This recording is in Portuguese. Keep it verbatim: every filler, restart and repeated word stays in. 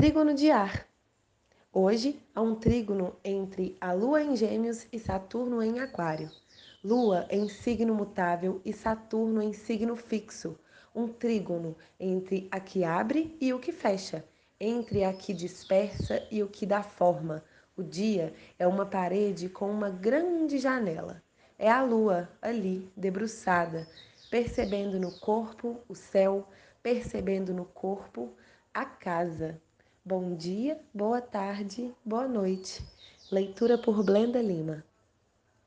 Trígono de ar. Hoje há um trígono entre a Lua em Gêmeos e Saturno em Aquário. Lua em signo mutável e Saturno em signo fixo. Um trígono entre a que abre e o que fecha, entre a que dispersa e o que dá forma. O dia é uma parede com uma grande janela. É a Lua ali, debruçada, percebendo no corpo o céu, percebendo no corpo a casa. Bom dia, boa tarde, boa noite. Leitura por Blenda Lima.